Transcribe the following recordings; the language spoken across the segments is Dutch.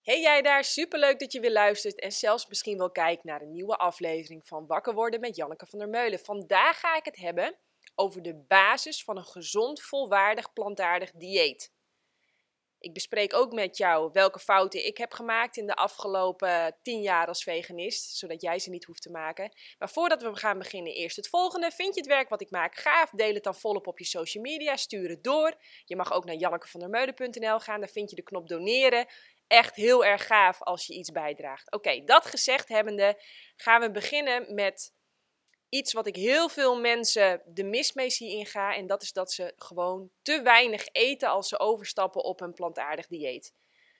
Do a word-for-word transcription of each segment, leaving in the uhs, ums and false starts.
Hey jij daar, superleuk dat je weer luistert en zelfs misschien wel kijkt naar een nieuwe aflevering van Wakker worden met Janneke van der Meulen. Vandaag ga ik het hebben over de basis van een gezond, volwaardig, plantaardig dieet. Ik bespreek ook met jou welke fouten ik heb gemaakt in de afgelopen tien jaar als veganist, zodat jij ze niet hoeft te maken. Maar voordat we gaan beginnen, eerst het volgende. Vind je het werk wat ik maak gaaf? Deel het dan volop op je social media, stuur het door. Je mag ook naar jannekevandermeulen punt n l gaan, daar vind je de knop doneren. Echt heel erg gaaf als je iets bijdraagt. Oké, okay, dat gezegd hebbende gaan we beginnen met iets wat ik heel veel mensen de mis mee zie ingaan. En dat is dat ze gewoon te weinig eten als ze overstappen op een plantaardig dieet.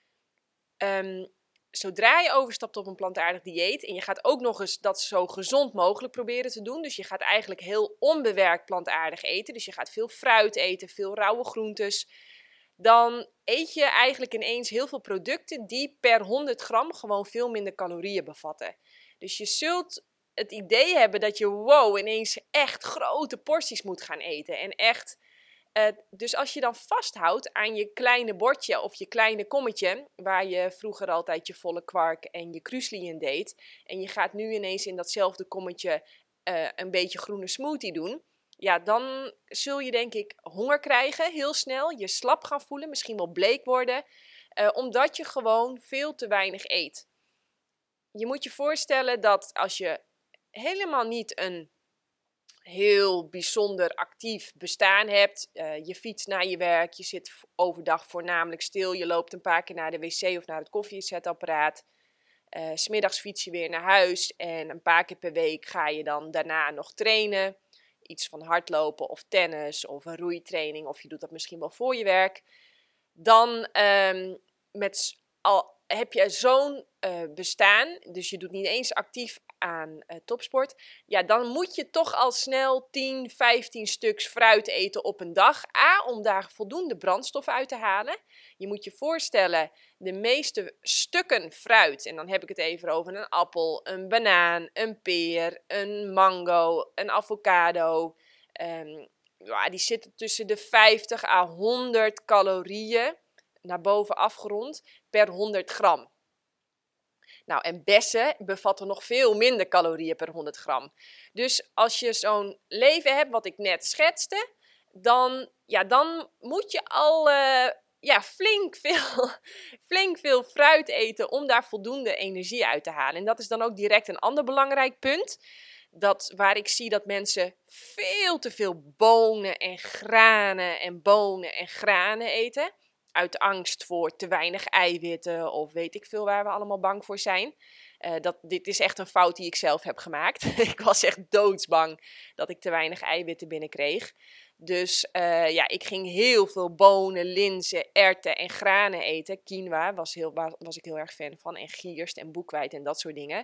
Um, zodra je overstapt op een plantaardig dieet en je gaat ook nog eens dat zo gezond mogelijk proberen te doen. Dus je gaat eigenlijk heel onbewerkt plantaardig eten. Dus je gaat veel fruit eten, veel rauwe groentes. Dan eet je eigenlijk ineens heel veel producten die per honderd gram gewoon veel minder calorieën bevatten. Dus je zult het idee hebben dat je wow ineens echt grote porties moet gaan eten. En echt, uh, dus als je dan vasthoudt aan je kleine bordje of je kleine kommetje, waar je vroeger altijd je volle kwark en je krusli in deed, en je gaat nu ineens in datzelfde kommetje uh, een beetje groene smoothie doen, ja, dan zul je denk ik honger krijgen, heel snel, je slap gaan voelen, misschien wel bleek worden, uh, omdat je gewoon veel te weinig eet. Je moet je voorstellen dat als je helemaal niet een heel bijzonder actief bestaan hebt, uh, je fietst naar je werk, je zit overdag voornamelijk stil, je loopt een paar keer naar de wc of naar het koffiezetapparaat, uh, 's middags fiets je weer naar huis en een paar keer per week ga je dan daarna nog trainen. Iets van hardlopen of tennis of een roeitraining of je doet dat misschien wel voor je werk. Dan um, met al, heb je zo'n uh, bestaan, dus je doet niet eens actief aan uh, topsport. Ja, dan moet je toch al snel tien, vijftien stuks fruit eten op een dag. A, om daar voldoende brandstof uit te halen. Je moet je voorstellen, de meeste stukken fruit, en dan heb ik het even over een appel, een banaan, een peer, een mango, een avocado. Um, ja, die zitten tussen de vijftig à honderd calorieën, naar boven afgerond, per honderd gram. Nou, en bessen bevatten nog veel minder calorieën per honderd gram. Dus als je zo'n leven hebt wat ik net schetste, dan, ja, dan moet je al uh, ja, flink, veel, flink veel fruit eten om daar voldoende energie uit te halen. En dat is dan ook direct een ander belangrijk punt. Dat, waar ik zie dat mensen veel te veel bonen en granen en bonen en granen eten. Uit angst voor te weinig eiwitten of weet ik veel waar we allemaal bang voor zijn. Uh, dat, dit is echt een fout die ik zelf heb gemaakt. Ik was echt doodsbang dat ik te weinig eiwitten binnenkreeg. Dus uh, ja, ik ging heel veel bonen, linzen, erwten en granen eten. Quinoa was, heel, was ik heel erg fan van. En gierst en boekweit en dat soort dingen.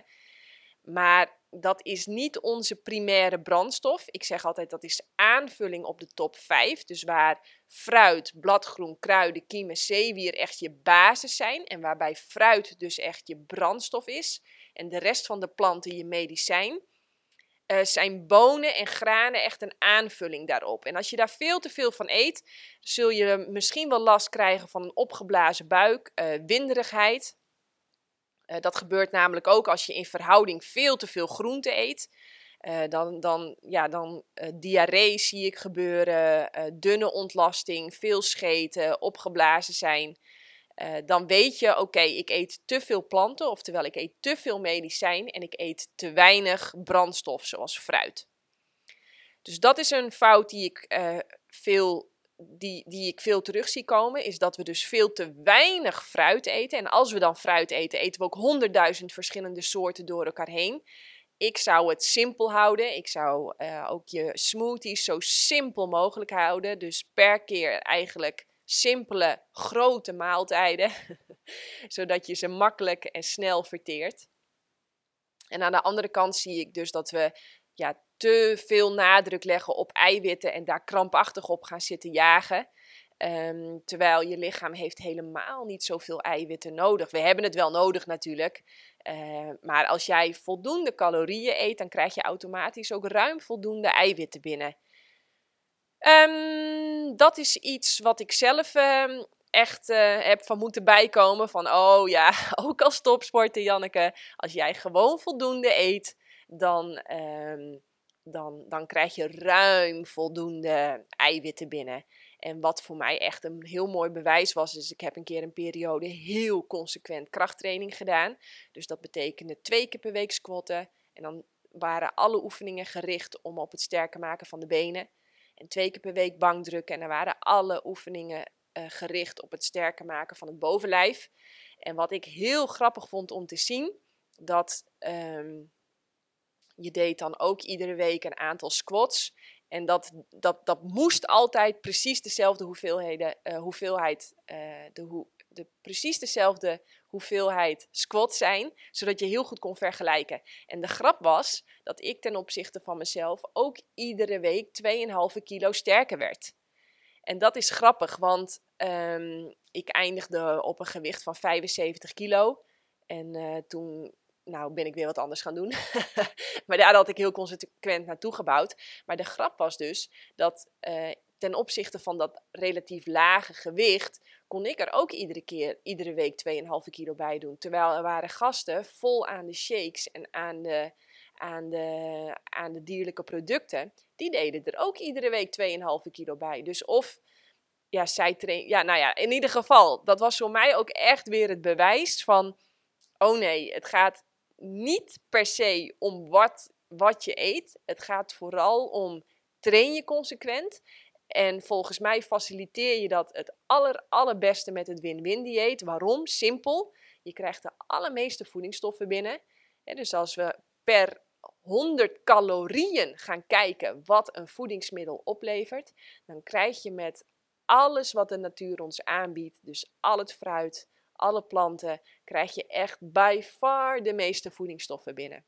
Maar dat is niet onze primaire brandstof. Ik zeg altijd dat is aanvulling op de top vijf. Dus waar fruit, bladgroen, kruiden, kiemen, zeewier echt je basis zijn. En waarbij fruit dus echt je brandstof is. En de rest van de planten je medicijn. Uh, zijn bonen en granen echt een aanvulling daarop. En als je daar veel te veel van eet, zul je misschien wel last krijgen van een opgeblazen buik, uh, winderigheid. Uh, dat gebeurt namelijk ook als je in verhouding veel te veel groente eet. Uh, dan dan, ja, dan uh, diarree zie ik gebeuren, uh, dunne ontlasting, veel scheten, opgeblazen zijn. Uh, dan weet je, oké, okay, ik eet te veel planten, oftewel ik eet te veel medicijn en ik eet te weinig brandstof, zoals fruit. Dus dat is een fout die ik uh, veel... Die, die ik veel terug zie komen, is dat we dus veel te weinig fruit eten. En als we dan fruit eten, eten we ook honderdduizend verschillende soorten door elkaar heen. Ik zou het simpel houden. Ik zou uh, ook je smoothies zo simpel mogelijk houden. Dus per keer eigenlijk simpele, grote maaltijden. Zodat je ze makkelijk en snel verteert. En aan de andere kant zie ik dus dat we ja, te veel nadruk leggen op eiwitten en daar krampachtig op gaan zitten jagen. Um, terwijl je lichaam heeft helemaal niet zoveel eiwitten nodig. We hebben het wel nodig natuurlijk. Uh, maar als jij voldoende calorieën eet, dan krijg je automatisch ook ruim voldoende eiwitten binnen. Um, dat is iets wat ik zelf um, echt uh, heb van moeten bijkomen van, oh ja, ook als topsporter Janneke, als jij gewoon voldoende eet, dan, um, dan, dan krijg je ruim voldoende eiwitten binnen. En wat voor mij echt een heel mooi bewijs was, is ik heb een keer een periode heel consequent krachttraining gedaan. Dus dat betekende twee keer per week squatten. En dan waren alle oefeningen gericht om op het sterker maken van de benen. En twee keer per week bankdrukken. En dan waren alle oefeningen uh, gericht op het sterker maken van het bovenlijf. En wat ik heel grappig vond om te zien, dat um, je deed dan ook iedere week een aantal squats. En dat, dat, dat moest altijd precies dezelfde hoeveelheden, uh, hoeveelheid, uh, de, hoe, de, precies dezelfde hoeveelheid squats zijn, zodat je heel goed kon vergelijken. En de grap was dat ik ten opzichte van mezelf ook iedere week twee komma vijf kilo sterker werd. En dat is grappig, want um, ik eindigde op een gewicht van vijfenzeventig kilo. En uh, toen... Nou, ben ik weer wat anders gaan doen. Maar daar had ik heel consequent naartoe gebouwd. Maar de grap was dus dat uh, ten opzichte van dat relatief lage gewicht kon ik er ook iedere keer, iedere week twee komma vijf kilo bij doen. Terwijl er waren gasten vol aan de shakes en aan de, aan de, aan de dierlijke producten. Die deden er ook iedere week twee komma vijf kilo bij. Dus of... Ja, zij trainen. Ja, nou ja, in ieder geval, dat was voor mij ook echt weer het bewijs van, oh nee, het gaat niet per se om wat, wat je eet. Het gaat vooral om, train je consequent. En volgens mij faciliteer je dat het aller, allerbeste met het win-win dieet. Waarom? Simpel. Je krijgt de allermeeste voedingsstoffen binnen. Ja, dus als we per honderd calorieën gaan kijken wat een voedingsmiddel oplevert, dan krijg je met alles wat de natuur ons aanbiedt, dus al het fruit, alle planten, krijg je echt by far de meeste voedingsstoffen binnen.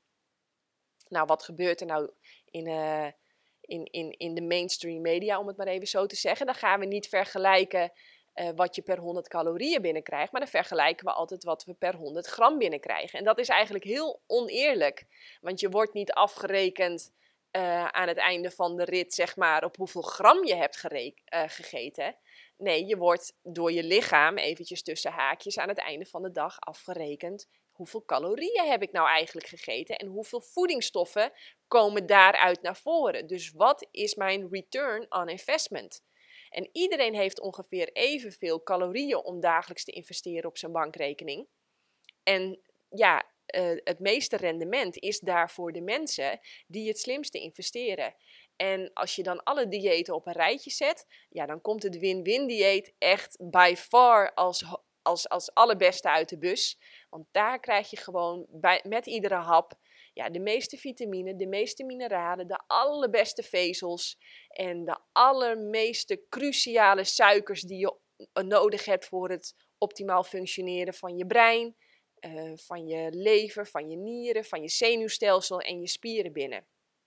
Nou, wat gebeurt er nou in, uh, in, in, in de mainstream media, om het maar even zo te zeggen? Dan gaan we niet vergelijken uh, wat je per honderd calorieën binnenkrijgt, maar dan vergelijken we altijd wat we per honderd gram binnenkrijgen. En dat is eigenlijk heel oneerlijk, want je wordt niet afgerekend uh, aan het einde van de rit, zeg maar, op hoeveel gram je hebt gereken, uh, gegeten. Nee, je wordt door je lichaam, eventjes tussen haakjes, aan het einde van de dag afgerekend. Hoeveel calorieën heb ik nou eigenlijk gegeten en hoeveel voedingsstoffen komen daaruit naar voren? Dus wat is mijn return on investment? En iedereen heeft ongeveer evenveel calorieën om dagelijks te investeren op zijn bankrekening. En ja, uh, het meeste rendement is daar voor de mensen die het slimste investeren. En als je dan alle diëten op een rijtje zet, ja, dan komt het win-win dieet echt by far als, als, als allerbeste uit de bus. Want daar krijg je gewoon bij, met iedere hap ja, de meeste vitamine, de meeste mineralen, de allerbeste vezels en de allermeeste cruciale suikers die je nodig hebt voor het optimaal functioneren van je brein, uh, van je lever, van je nieren, van je zenuwstelsel en je spieren binnen.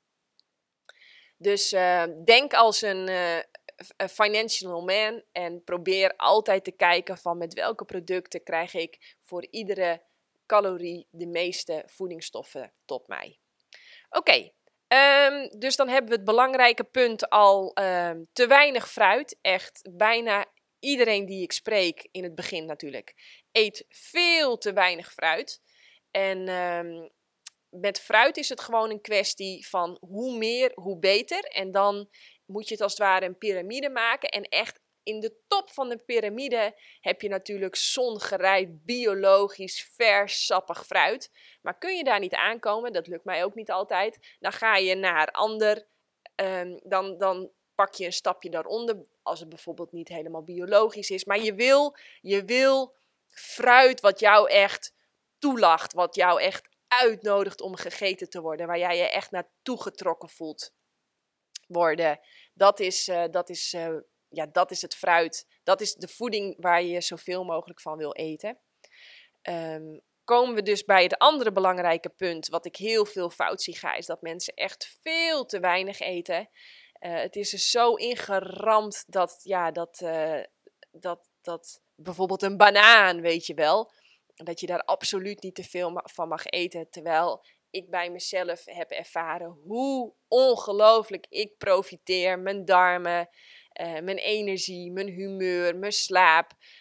Dus uh, denk als een uh, financial man en probeer altijd te kijken van met welke producten krijg ik voor iedere calorie de meeste voedingsstoffen tot mij. Oké, okay, um, dus dan hebben we het belangrijke punt al, um, te weinig fruit. Echt bijna iedereen die ik spreek, in het begin natuurlijk, eet veel te weinig fruit. En um, met fruit is het gewoon een kwestie van hoe meer, hoe beter. En dan moet je het als het ware een piramide maken. En echt in de top van de piramide heb je natuurlijk zongerijpt, biologisch, vers, sappig fruit. Maar kun je daar niet aankomen, dat lukt mij ook niet altijd, dan ga je naar ander, um, dan, dan pak je een stapje daaronder, als het bijvoorbeeld niet helemaal biologisch is. Maar je wil, je wil fruit wat jou echt toelacht, wat jou echt uitnodigt om gegeten te worden, waar jij je echt naartoe getrokken voelt worden. Dat is, uh, dat is, uh, ja, dat is het fruit. Dat is de voeding waar je zoveel mogelijk van wil eten. Um, komen we dus bij het andere belangrijke punt, wat ik heel veel fout zie gaan, is dat mensen echt veel te weinig eten. Uh, het is er zo ingeramd dat, ja, dat, uh, dat, dat bijvoorbeeld een banaan, weet je wel, dat je daar absoluut niet te veel van mag eten. Terwijl ik bij mezelf heb ervaren hoe ongelooflijk ik profiteer. Mijn darmen, uh, mijn energie, mijn humeur, mijn slaap.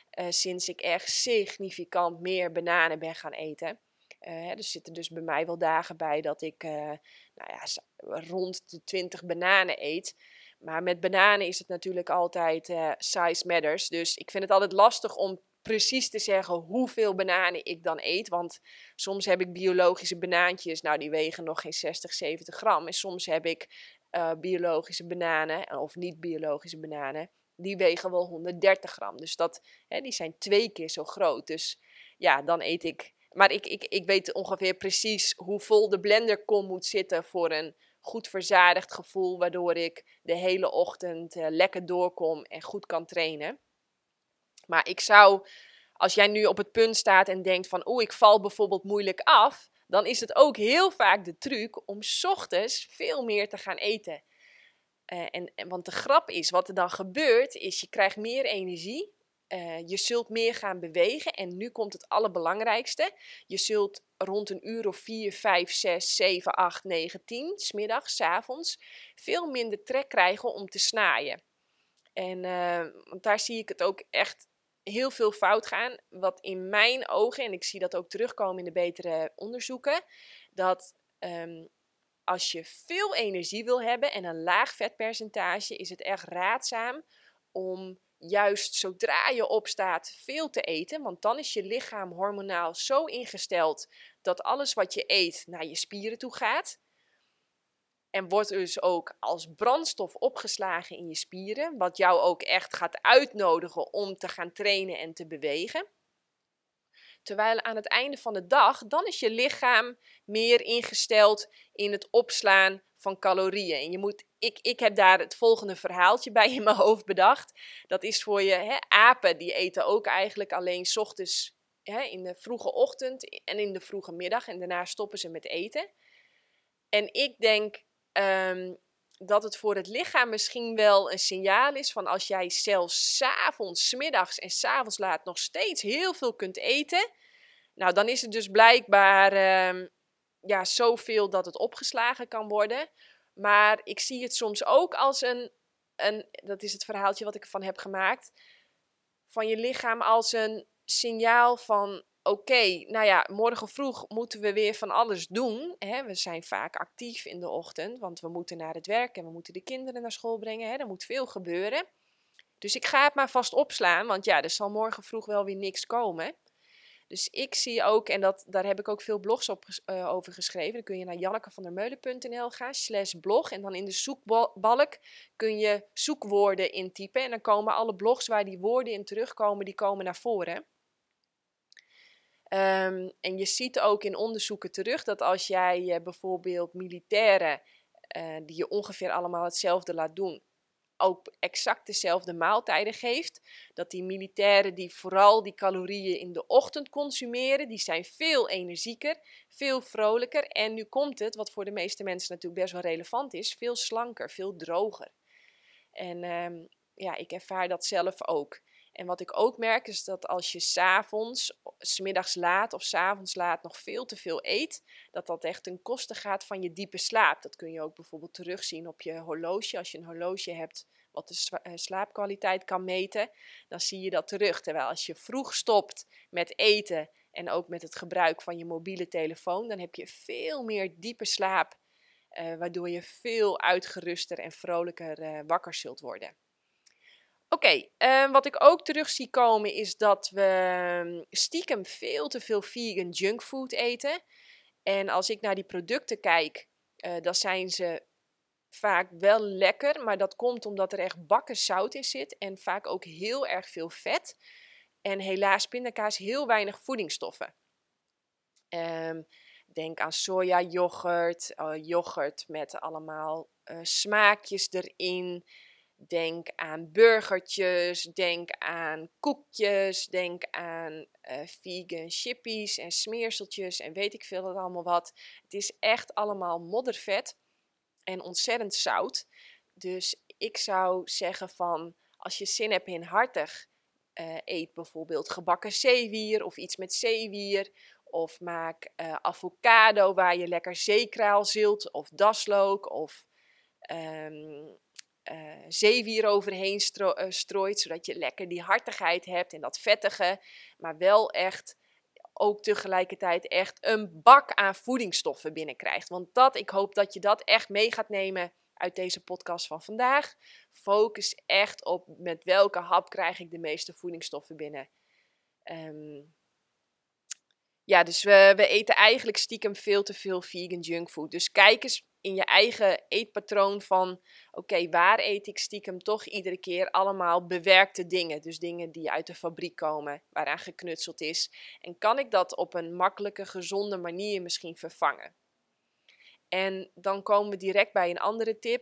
uh, sinds ik echt significant meer bananen ben gaan eten. Uh, er zitten dus bij mij wel dagen bij dat ik uh, nou ja, rond de twintig bananen eet. Maar met bananen is het natuurlijk altijd uh, size matters. Dus ik vind het altijd lastig om precies te zeggen hoeveel bananen ik dan eet. Want soms heb ik biologische banaantjes, nou die wegen nog geen zestig, zeventig gram. En soms heb ik uh, biologische bananen, of niet biologische bananen, die wegen wel honderddertig gram. Dus dat, hè, die zijn twee keer zo groot. Dus ja, dan eet ik... Maar ik, ik, ik weet ongeveer precies hoe vol de blenderkom moet zitten voor een goed verzadigd gevoel, waardoor ik de hele ochtend uh, lekker doorkom en goed kan trainen. Maar ik zou, als jij nu op het punt staat en denkt van, oeh, ik val bijvoorbeeld moeilijk af, dan is het ook heel vaak de truc om 's ochtends veel meer te gaan eten. Uh, en, en, want de grap is, wat er dan gebeurt, is je krijgt meer energie. Uh, je zult meer gaan bewegen en nu komt het allerbelangrijkste. Je zult rond een uur of vier, vijf, zes, zeven, acht, negen, tien, 's middags, 's avonds, veel minder trek krijgen om te snaaien. En uh, want daar zie ik het ook echt heel veel fout gaan. Wat in mijn ogen, en ik zie dat ook terugkomen in de betere onderzoeken, dat um, als je veel energie wil hebben en een laag vetpercentage, is het echt raadzaam om juist zodra je opstaat veel te eten. Want dan is je lichaam hormonaal zo ingesteld dat alles wat je eet naar je spieren toe gaat. En wordt dus ook als brandstof opgeslagen in je spieren. Wat jou ook echt gaat uitnodigen om te gaan trainen en te bewegen. Terwijl aan het einde van de dag, dan is je lichaam meer ingesteld in het opslaan van calorieën. En je moet, ik, ik heb daar het volgende verhaaltje bij in mijn hoofd bedacht. Dat is voor je, hè, apen die eten ook eigenlijk alleen 's ochtends, hè, in de vroege ochtend en in de vroege middag. En daarna stoppen ze met eten. En ik denk um, dat het voor het lichaam misschien wel een signaal is van als jij zelfs 's avonds, 's middags en 's avonds laat nog steeds heel veel kunt eten. Nou, dan is het dus blijkbaar um, ja, zoveel dat het opgeslagen kan worden. Maar ik zie het soms ook als een, een, dat is het verhaaltje wat ik ervan heb gemaakt, van je lichaam als een signaal van, oké, okay, nou ja, morgen vroeg moeten we weer van alles doen. Hè? We zijn vaak actief in de ochtend, want we moeten naar het werk en we moeten de kinderen naar school brengen. Hè? Er moet veel gebeuren. Dus ik ga het maar vast opslaan, want ja, er zal morgen vroeg wel weer niks komen. Dus ik zie ook, en dat, daar heb ik ook veel blogs op, uh, over geschreven. Dan kun je naar jannekevandermeulen punt n l gaan, slash blog. En dan in de zoekbalk kun je zoekwoorden intypen. En dan komen alle blogs waar die woorden in terugkomen, die komen naar voren. Um, en je ziet ook in onderzoeken terug dat als jij uh, bijvoorbeeld militairen, uh, die je ongeveer allemaal hetzelfde laat doen, ook exact dezelfde maaltijden geeft, dat die militairen die vooral die calorieën in de ochtend consumeren, die zijn veel energieker, veel vrolijker en nu komt het, wat voor de meeste mensen natuurlijk best wel relevant is, veel slanker, veel droger. En um, ja, ik ervaar dat zelf ook. En wat ik ook merk is dat als je 's avonds, 's middags laat of 's avonds laat nog veel te veel eet, dat dat echt ten koste gaat van je diepe slaap. Dat kun je ook bijvoorbeeld terugzien op je horloge. Als je een horloge hebt wat de slaapkwaliteit kan meten, dan zie je dat terug. Terwijl als je vroeg stopt met eten en ook met het gebruik van je mobiele telefoon, dan heb je veel meer diepe slaap, uh, waardoor je veel uitgeruster en vrolijker uh, wakker zult worden. Oké, okay, uh, wat ik ook terug zie komen is dat we stiekem veel te veel vegan junkfood eten. En als ik naar die producten kijk, uh, dan zijn ze vaak wel lekker, maar dat komt omdat er echt bakken zout in zit en vaak ook heel erg veel vet. En helaas pindakaas heel weinig voedingsstoffen. Um, denk aan sojayoghurt, uh, yoghurt met allemaal uh, smaakjes erin. Denk aan burgertjes, denk aan koekjes, denk aan uh, vegan chippies en smeerseltjes en weet ik veel dat allemaal wat. Het is echt allemaal moddervet en ontzettend zout. Dus ik zou zeggen van, als je zin hebt in hartig, uh, eet bijvoorbeeld gebakken zeewier of iets met zeewier. Of maak uh, avocado waar je lekker zeekraal zilt of daslook of... Um, uh, zeewier overheen stro- uh, strooit, zodat je lekker die hartigheid hebt en dat vettige, maar wel echt ook tegelijkertijd echt een bak aan voedingsstoffen binnenkrijgt. Want dat, ik hoop dat je dat echt mee gaat nemen uit deze podcast van vandaag. Focus echt op met welke hap krijg ik de meeste voedingsstoffen binnen. Um, ja, dus we, we eten eigenlijk stiekem veel te veel vegan junkfood. Dus kijk eens in je eigen eetpatroon van, oké, okay, waar eet ik stiekem toch iedere keer allemaal bewerkte dingen. Dus dingen die uit de fabriek komen, waaraan geknutseld is. En kan ik dat op een makkelijke, gezonde manier misschien vervangen? En dan komen we direct bij een andere tip.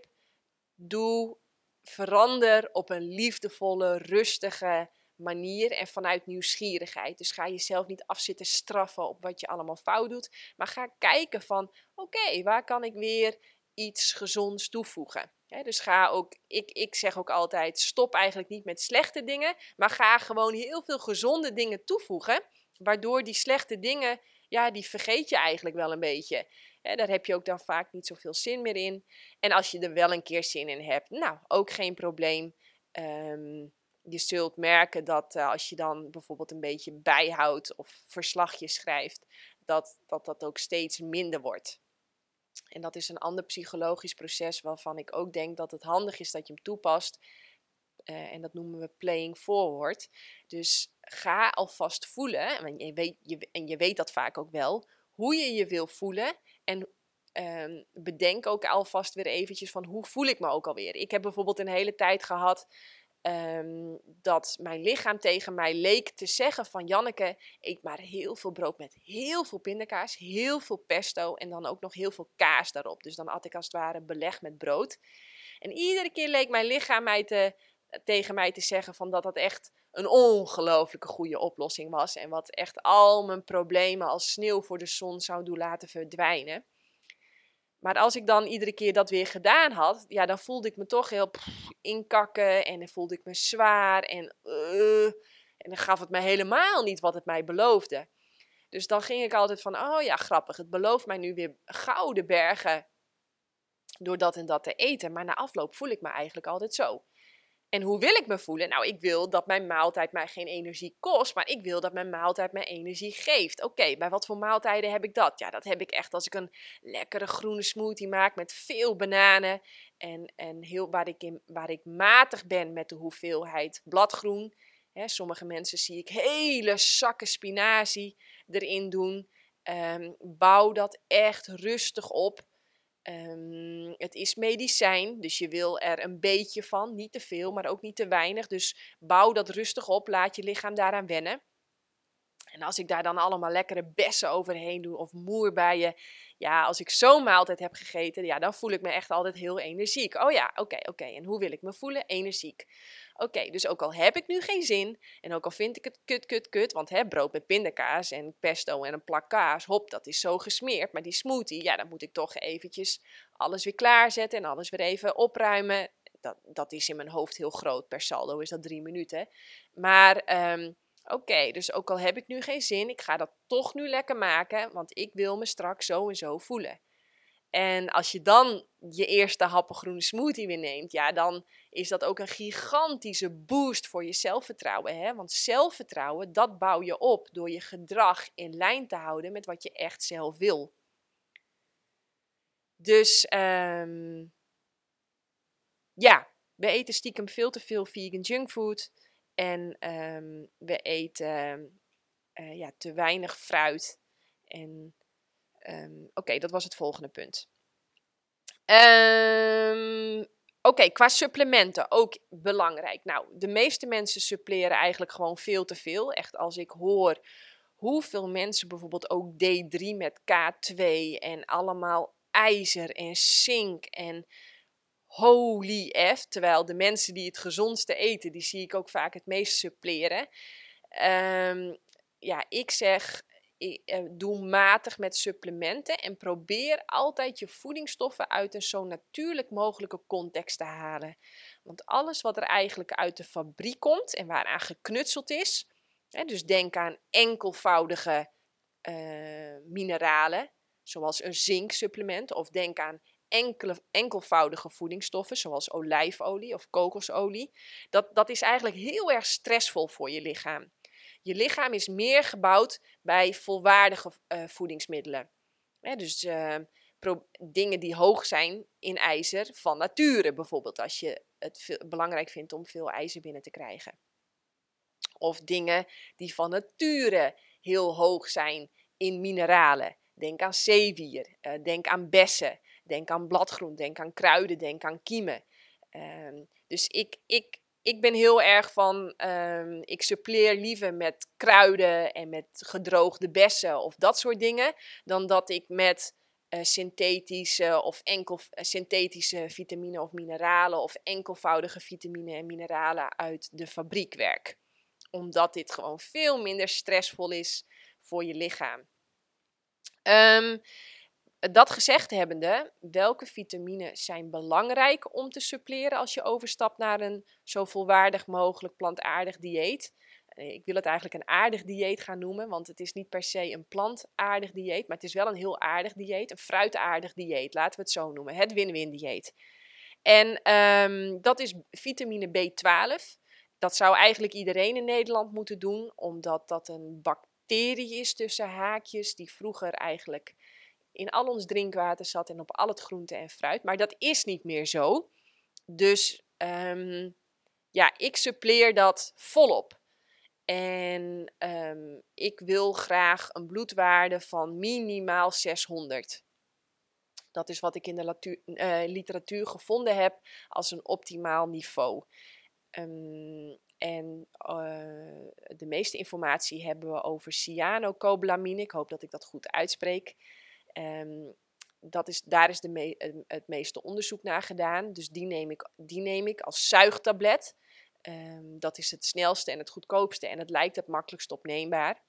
Doe, verander op een liefdevolle, rustige manier en vanuit nieuwsgierigheid. Dus ga jezelf niet afzitten straffen op wat je allemaal fout doet. Maar ga kijken van, oké, okay, waar kan ik weer iets gezonds toevoegen? He, dus ga ook, ik, ik zeg ook altijd, stop eigenlijk niet met slechte dingen. Maar ga gewoon heel veel gezonde dingen toevoegen. Waardoor die slechte dingen, ja, die vergeet je eigenlijk wel een beetje. He, daar heb je ook dan vaak niet zoveel zin meer in. En als je er wel een keer zin in hebt, nou, ook geen probleem. Um, je zult merken dat uh, als je dan bijvoorbeeld een beetje bijhoudt of verslagjes schrijft, dat, dat dat ook steeds minder wordt. En dat is een ander psychologisch proces waarvan ik ook denk dat het handig is dat je hem toepast. Uh, en dat noemen we playing forward. Dus ga alvast voelen, en je weet, je, en je weet dat vaak ook wel, hoe je je wil voelen. En um, bedenk ook alvast weer eventjes van hoe voel ik me ook alweer. Ik heb bijvoorbeeld een hele tijd gehad um, dat mijn lichaam tegen mij leek te zeggen van Janneke, eet maar heel veel brood met heel veel pindakaas, heel veel pesto en dan ook nog heel veel kaas daarop. Dus dan had ik als het ware beleg met brood. En iedere keer leek mijn lichaam mij te, tegen mij te zeggen van dat dat echt een ongelooflijke goede oplossing was. En wat echt al mijn problemen als sneeuw voor de zon zou doen laten verdwijnen. Maar als ik dan iedere keer dat weer gedaan had, ja, dan voelde ik me toch heel pff, inkakken en dan voelde ik me zwaar en, uh, en dan gaf het me helemaal niet wat het mij beloofde. Dus dan ging ik altijd van, oh ja, grappig, het belooft mij nu weer gouden bergen door dat en dat te eten. Maar na afloop voel ik me eigenlijk altijd zo. En hoe wil ik me voelen? Nou, ik wil dat mijn maaltijd mij geen energie kost, maar ik wil dat mijn maaltijd mij energie geeft. Oké, okay, bij wat voor maaltijden heb ik dat? Ja, dat heb ik echt als ik een lekkere groene smoothie maak met veel bananen. En, en heel, waar, ik in, waar ik matig ben met de hoeveelheid bladgroen. Hè, sommige mensen zie ik hele zakken spinazie erin doen. Um, bouw dat echt rustig op. Um, het is medicijn, dus je wil er een beetje van, niet te veel, maar ook niet te weinig. Dus bouw dat rustig op, laat je lichaam daaraan wennen. En als ik daar dan allemaal lekkere bessen overheen doe of moerbeien, ja, als ik zo'n maaltijd heb gegeten, ja, dan voel ik me echt altijd heel energiek. Oh ja, oké, okay, oké. Okay. En hoe wil ik me voelen? Energiek. Oké, okay, dus ook al heb ik nu geen zin en ook al vind ik het kut, kut, kut, want hè, brood met pindakaas en pesto en een plak kaas, hop, dat is zo gesmeerd. Maar die smoothie, ja, dan moet ik toch eventjes alles weer klaarzetten en alles weer even opruimen. Dat, dat is in mijn hoofd heel groot. Per saldo is dat drie minuten. Maar um, Oké, okay, dus ook al heb ik nu geen zin, ik ga dat toch nu lekker maken, want ik wil me straks zo en zo voelen. En als je dan je eerste happen groene smoothie weer neemt, ja, dan is dat ook een gigantische boost voor je zelfvertrouwen. Hè? Want zelfvertrouwen, dat bouw je op door je gedrag in lijn te houden met wat je echt zelf wil. Dus um, ja, we eten stiekem veel te veel vegan junkfood. En um, we eten uh, ja, te weinig fruit. En um, oké, okay, dat was het volgende punt. Um, Oké, okay, qua supplementen ook belangrijk. Nou, de meeste mensen suppleren eigenlijk gewoon veel te veel. Echt als ik hoor hoeveel mensen bijvoorbeeld ook D drie met K twee en allemaal ijzer en zink en holy F. Terwijl de mensen die het gezondste eten, die zie ik ook vaak het meest suppleren. Um, ja, ik zeg, doe matig met supplementen en probeer altijd je voedingsstoffen uit een zo natuurlijk mogelijke context te halen. Want alles wat er eigenlijk uit de fabriek komt en waaraan geknutseld is, hè, dus denk aan enkelvoudige uh, mineralen, zoals een zinksupplement, of denk aan enkele, enkelvoudige voedingsstoffen, zoals olijfolie of kokosolie. Dat, dat is eigenlijk heel erg stressvol voor je lichaam. Je lichaam is meer gebouwd bij volwaardige uh, voedingsmiddelen. Hè, dus uh, pro- dingen die hoog zijn in ijzer van nature, bijvoorbeeld als je het veel, belangrijk vindt om veel ijzer binnen te krijgen. Of dingen die van nature heel hoog zijn in mineralen. Denk aan zeewier, uh, denk aan bessen, denk aan bladgroen, denk aan kruiden, denk aan kiemen. Uh, dus ik, ik, ik ben heel erg van, uh, ik suppleer liever met kruiden en met gedroogde bessen of dat soort dingen, dan dat ik met uh, synthetische of enkel uh, synthetische vitamine of mineralen of enkelvoudige vitamine en mineralen uit de fabriek werk. Omdat dit gewoon veel minder stressvol is voor je lichaam. Um, dat gezegd hebbende, welke vitamines zijn belangrijk om te suppleren als je overstapt naar een zo volwaardig mogelijk plantaardig dieet? Ik wil het eigenlijk een aardig dieet gaan noemen, want het is niet per se een plantaardig dieet, maar het is wel een heel aardig dieet, een fruitaardig dieet, laten we het zo noemen, het win-win dieet. En um, dat is vitamine B twaalf. Dat zou eigenlijk iedereen in Nederland moeten doen, omdat dat een bacterie is tussen haakjes die vroeger eigenlijk in al ons drinkwater zat en op al het groente en fruit. Maar dat is niet meer zo. Dus um, ja, ik suppleer dat volop. En um, ik wil graag een bloedwaarde van minimaal zeshonderd. Dat is wat ik in de latu- uh, literatuur gevonden heb als een optimaal niveau. Um, en uh, de meeste informatie hebben we over cyanocoblamine. Ik hoop dat ik dat goed uitspreek. Um, dat is, daar is de me- het meeste onderzoek naar gedaan. Dus die neem ik, die neem ik als zuigtablet. Um, dat is het snelste en het goedkoopste en het lijkt het makkelijkst opneembaar.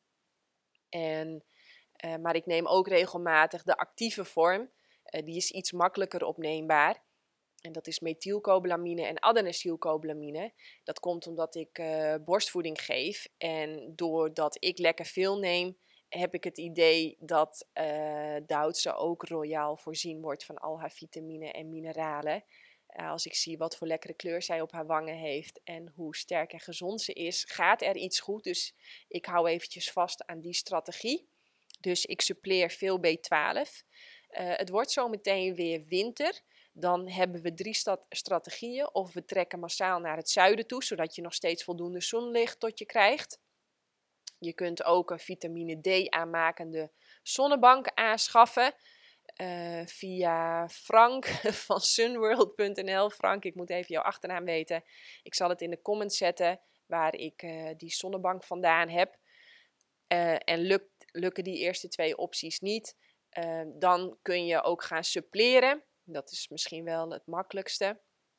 En, uh, maar ik neem ook regelmatig de actieve vorm. Uh, die is iets makkelijker opneembaar. En dat is methylcobalamine en adenosylcobalamine. Dat komt omdat ik uh, borstvoeding geef. En doordat ik lekker veel neem, heb ik het idee dat uh, Duitse ook royaal voorzien wordt van al haar vitamine en mineralen. Uh, als ik zie wat voor lekkere kleur zij op haar wangen heeft en hoe sterk en gezond ze is, gaat er iets goed. Dus ik hou eventjes vast aan die strategie. Dus ik suppleer veel B twaalf. Uh, het wordt zo meteen weer winter. Dan hebben we drie stat- strategieën. Of we trekken massaal naar het zuiden toe, zodat je nog steeds voldoende zonlicht tot je krijgt. Je kunt ook een vitamine D aanmakende zonnebank aanschaffen. Uh, via Frank van sunworld punt n l. Frank, ik moet even jouw achternaam weten. Ik zal het in de comments zetten waar ik uh, die zonnebank vandaan heb. Uh, en lukt, lukken die eerste twee opties niet, uh, dan kun je ook gaan suppleren. Dat is misschien wel het makkelijkste.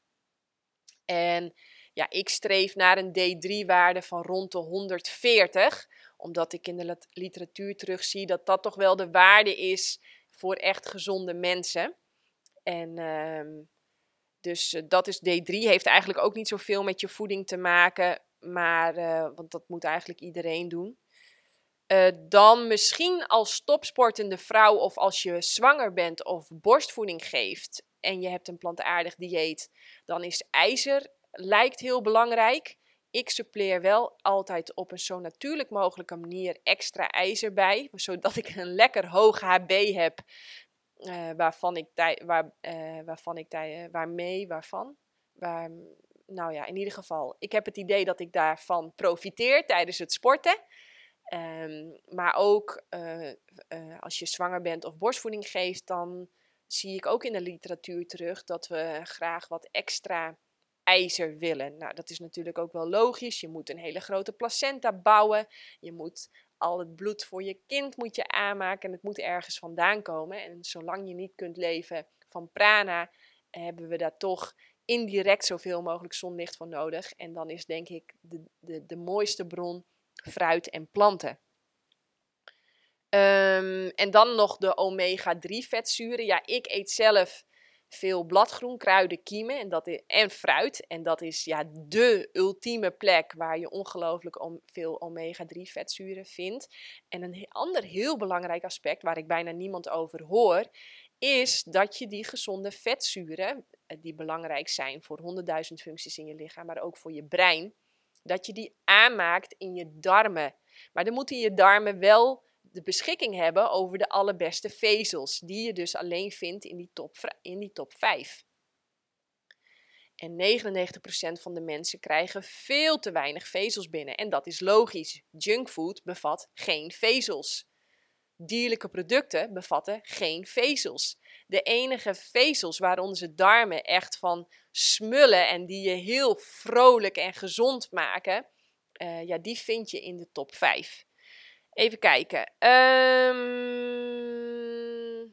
En ja, ik streef naar een D drie waarde van rond de honderdveertig. Omdat ik in de literatuur terugzie dat dat toch wel de waarde is voor echt gezonde mensen. En uh, dus uh, dat is D drie. Heeft eigenlijk ook niet zoveel met je voeding te maken. Maar, uh, want dat moet eigenlijk iedereen doen. Uh, dan misschien als topsportende vrouw of als je zwanger bent of borstvoeding geeft en je hebt een plantaardig dieet, dan is ijzer lijkt heel belangrijk. Ik suppleer wel altijd op een zo natuurlijk mogelijke manier extra ijzer bij, zodat ik een lekker hoog H B heb, uh, waarvan ik, tij- waar, uh, waarvan ik tij- waarmee, waarvan, waar, nou ja, in ieder geval, ik heb het idee dat ik daarvan profiteer tijdens het sporten. Um, maar ook uh, uh, als je zwanger bent of borstvoeding geeft, dan zie ik ook in de literatuur terug dat we graag wat extra ijzer willen. Nou, dat is natuurlijk ook wel logisch. Je moet een hele grote placenta bouwen. Je moet al het bloed voor je kind moet je aanmaken en het moet ergens vandaan komen. En zolang je niet kunt leven van prana, hebben we daar toch indirect zoveel mogelijk zonlicht voor nodig. En dan is denk ik de, de, de mooiste bron fruit en planten. Um, en dan nog de omega drie vetzuren. Ja, ik eet zelf veel bladgroen, kruiden, kiemen en, dat is, en fruit. En dat is ja de ultieme plek waar je ongelooflijk om, veel omega drie vetzuren vindt. En een ander heel belangrijk aspect waar ik bijna niemand over hoor, is dat je die gezonde vetzuren, die belangrijk zijn voor honderdduizend functies in je lichaam, maar ook voor je brein, dat je die aanmaakt in je darmen. Maar dan moeten je darmen wel de beschikking hebben over de allerbeste vezels, die je dus alleen vindt in die top, in die top vijf. En negenennegentig procent van de mensen krijgen veel te weinig vezels binnen. En dat is logisch. Junkfood bevat geen vezels. Dierlijke producten bevatten geen vezels. De enige vezels waar onze darmen echt van smullen en die je heel vrolijk en gezond maken, uh, ja, die vind je in de top vijf. Even kijken. Um...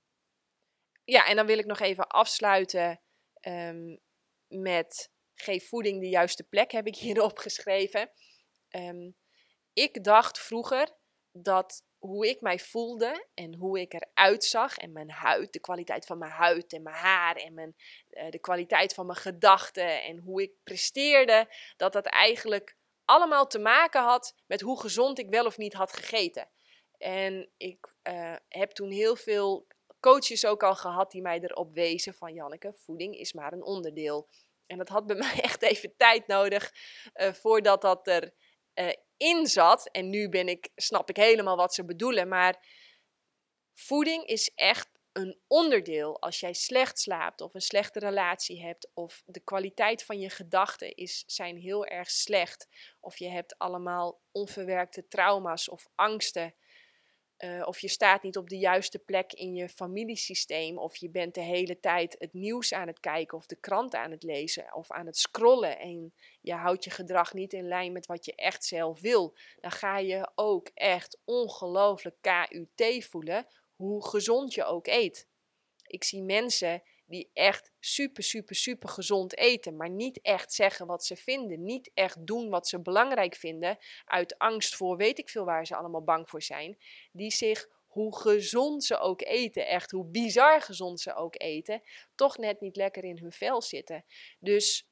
Ja, en dan wil ik nog even afsluiten um, met geef voeding de juiste plek, heb ik hier opgeschreven. Um, ik dacht vroeger dat hoe ik mij voelde en hoe ik eruit zag en mijn huid, de kwaliteit van mijn huid en mijn haar en mijn, uh, de kwaliteit van mijn gedachten en hoe ik presteerde, dat dat eigenlijk allemaal te maken had met hoe gezond ik wel of niet had gegeten. En ik uh, heb toen heel veel coaches ook al gehad die mij erop wezen van Janneke, voeding is maar een onderdeel. En dat had bij mij echt even tijd nodig uh, voordat dat er uh, in zat. En nu ben ik, snap ik helemaal wat ze bedoelen. Maar voeding is echt een onderdeel. Als jij slecht slaapt of een slechte relatie hebt of de kwaliteit van je gedachten is, zijn heel erg slecht. Of je hebt allemaal onverwerkte trauma's of angsten. Uh, of je staat niet op de juiste plek in je familiesysteem. Of je bent de hele tijd het nieuws aan het kijken of de krant aan het lezen of aan het scrollen. En je houdt je gedrag niet in lijn met wat je echt zelf wil. Dan ga je ook echt ongelooflijk K U T voelen hoe gezond je ook eet. Ik zie mensen die echt super, super, super gezond eten, maar niet echt zeggen wat ze vinden, niet echt doen wat ze belangrijk vinden, uit angst voor weet ik veel waar ze allemaal bang voor zijn, die zich, hoe gezond ze ook eten, echt hoe bizar gezond ze ook eten, toch net niet lekker in hun vel zitten. Dus,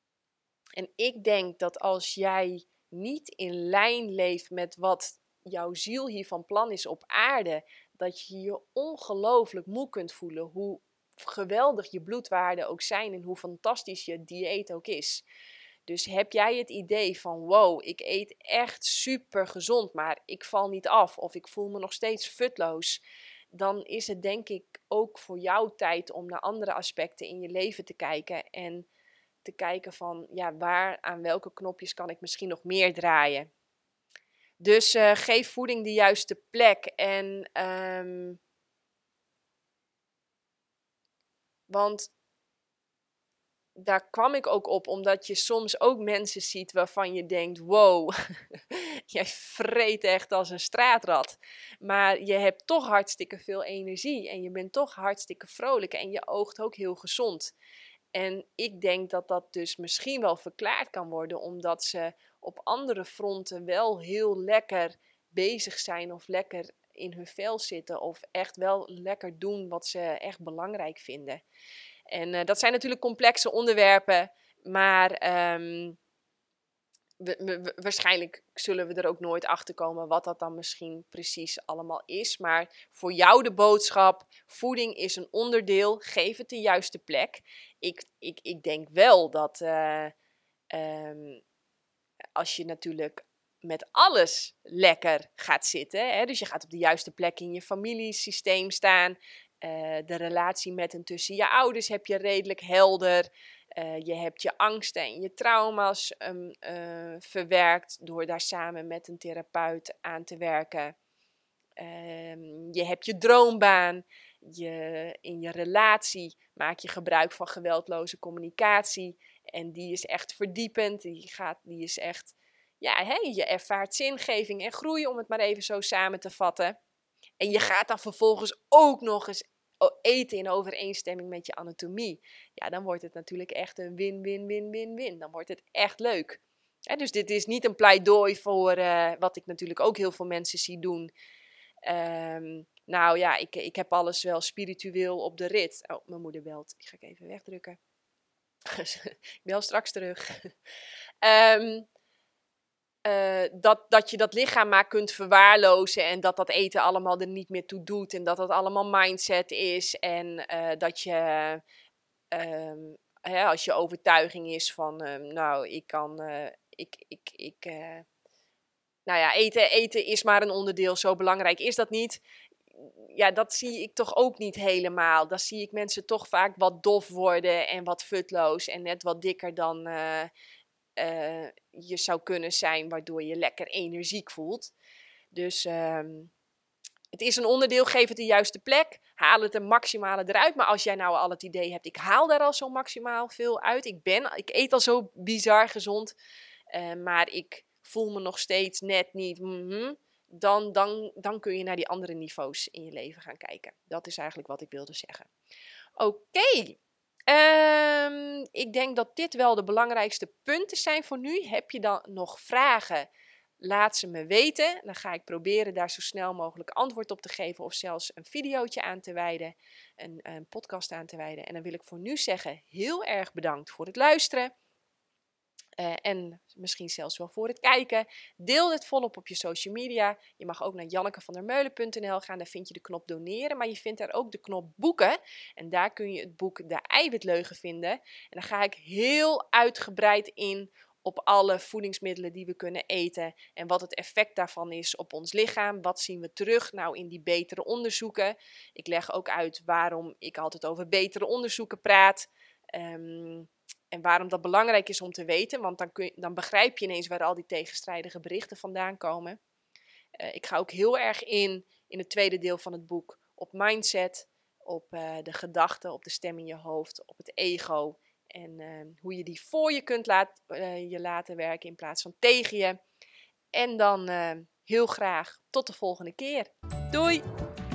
en ik denk dat als jij niet in lijn leeft met wat jouw ziel hier van plan is op aarde, dat je je ongelooflijk moe kunt voelen, hoe geweldig je bloedwaarden ook zijn en hoe fantastisch je dieet ook is. Dus heb jij het idee van wow, ik eet echt super gezond, maar ik val niet af of ik voel me nog steeds futloos, dan is het denk ik ook voor jou tijd om naar andere aspecten in je leven te kijken en te kijken van ja, waar, aan welke knopjes kan ik misschien nog meer draaien. Dus uh, geef voeding de juiste plek en um, want daar kwam ik ook op, omdat je soms ook mensen ziet waarvan je denkt, wow, jij vreet echt als een straatrat. Maar je hebt toch hartstikke veel energie en je bent toch hartstikke vrolijk en je oogt ook heel gezond. En ik denk dat dat dus misschien wel verklaard kan worden, omdat ze op andere fronten wel heel lekker bezig zijn of lekker in hun vel zitten of echt wel lekker doen wat ze echt belangrijk vinden. En uh, dat zijn natuurlijk complexe onderwerpen, maar um, we, we, waarschijnlijk zullen we er ook nooit achter komen wat dat dan misschien precies allemaal is. Maar voor jou de boodschap, voeding is een onderdeel, geef het de juiste plek. Ik, ik, ik denk wel dat uh, um, als je natuurlijk met alles lekker gaat zitten, hè, dus je gaat op de juiste plek in je familiesysteem staan, uh, de relatie met en tussen je ouders heb je redelijk helder, uh, je hebt je angsten en je trauma's um, uh, verwerkt door daar samen met een therapeut aan te werken. Um, je hebt je droombaan, je, in je relatie maak je gebruik van geweldloze communicatie en die is echt verdiepend, die, gaat, die is echt, ja, hey, je ervaart zingeving en groei, om het maar even zo samen te vatten. En je gaat dan vervolgens ook nog eens eten in overeenstemming met je anatomie. Ja, dan wordt het natuurlijk echt een win-win-win-win-win. Dan wordt het echt leuk. Ja, dus dit is niet een pleidooi voor uh, wat ik natuurlijk ook heel veel mensen zie doen. Um, nou ja, ik, ik heb alles wel spiritueel op de rit. Oh, mijn moeder belt. Die ga ik even wegdrukken. Ik bel straks terug. um, uh, dat, dat je dat lichaam maar kunt verwaarlozen en dat dat eten allemaal er niet meer toe doet en dat dat allemaal mindset is en uh, dat je, um, hè, als je overtuiging is van, um, nou, ik kan, uh, ik, ik, ik, uh, nou ja, eten, eten is maar een onderdeel, zo belangrijk is dat niet. Ja, dat zie ik toch ook niet helemaal. Dan zie ik mensen toch vaak wat dof worden en wat futloos en net wat dikker dan uh, uh, je zou kunnen zijn, waardoor je lekker energiek voelt. Dus um, het is een onderdeel, geef het de juiste plek, haal het er maximale eruit. Maar als jij nou al het idee hebt, ik haal daar al zo maximaal veel uit, ik, ben, ik eet al zo bizar gezond, uh, maar ik voel me nog steeds net niet... Mm-hmm, Dan, dan, dan kun je naar die andere niveaus in je leven gaan kijken. Dat is eigenlijk wat ik wilde zeggen. Oké, okay. um, ik denk dat dit wel de belangrijkste punten zijn voor nu. Heb je dan nog vragen? Laat ze me weten. Dan ga ik proberen daar zo snel mogelijk antwoord op te geven of zelfs een videootje aan te wijden, een, een podcast aan te wijden. En dan wil ik voor nu zeggen, heel erg bedankt voor het luisteren. Uh, en misschien zelfs wel voor het kijken. Deel het volop op je social media. Je mag ook naar jannekevandermeulen punt n l gaan. Daar vind je de knop doneren. Maar je vindt daar ook de knop boeken. En daar kun je het boek De Eiwitleugen vinden. En dan ga ik heel uitgebreid in op alle voedingsmiddelen die we kunnen eten. En wat het effect daarvan is op ons lichaam. Wat zien we terug? Nou, in die betere onderzoeken. Ik leg ook uit waarom ik altijd over betere onderzoeken praat. Um, En waarom dat belangrijk is om te weten, want dan, kun je, dan begrijp je ineens waar al die tegenstrijdige berichten vandaan komen. Uh, ik ga ook heel erg in, in het tweede deel van het boek, op mindset, op uh, de gedachten, op de stem in je hoofd, op het ego. En uh, hoe je die voor je kunt laat, uh, je laten werken in plaats van tegen je. En dan uh, heel graag tot de volgende keer. Doei!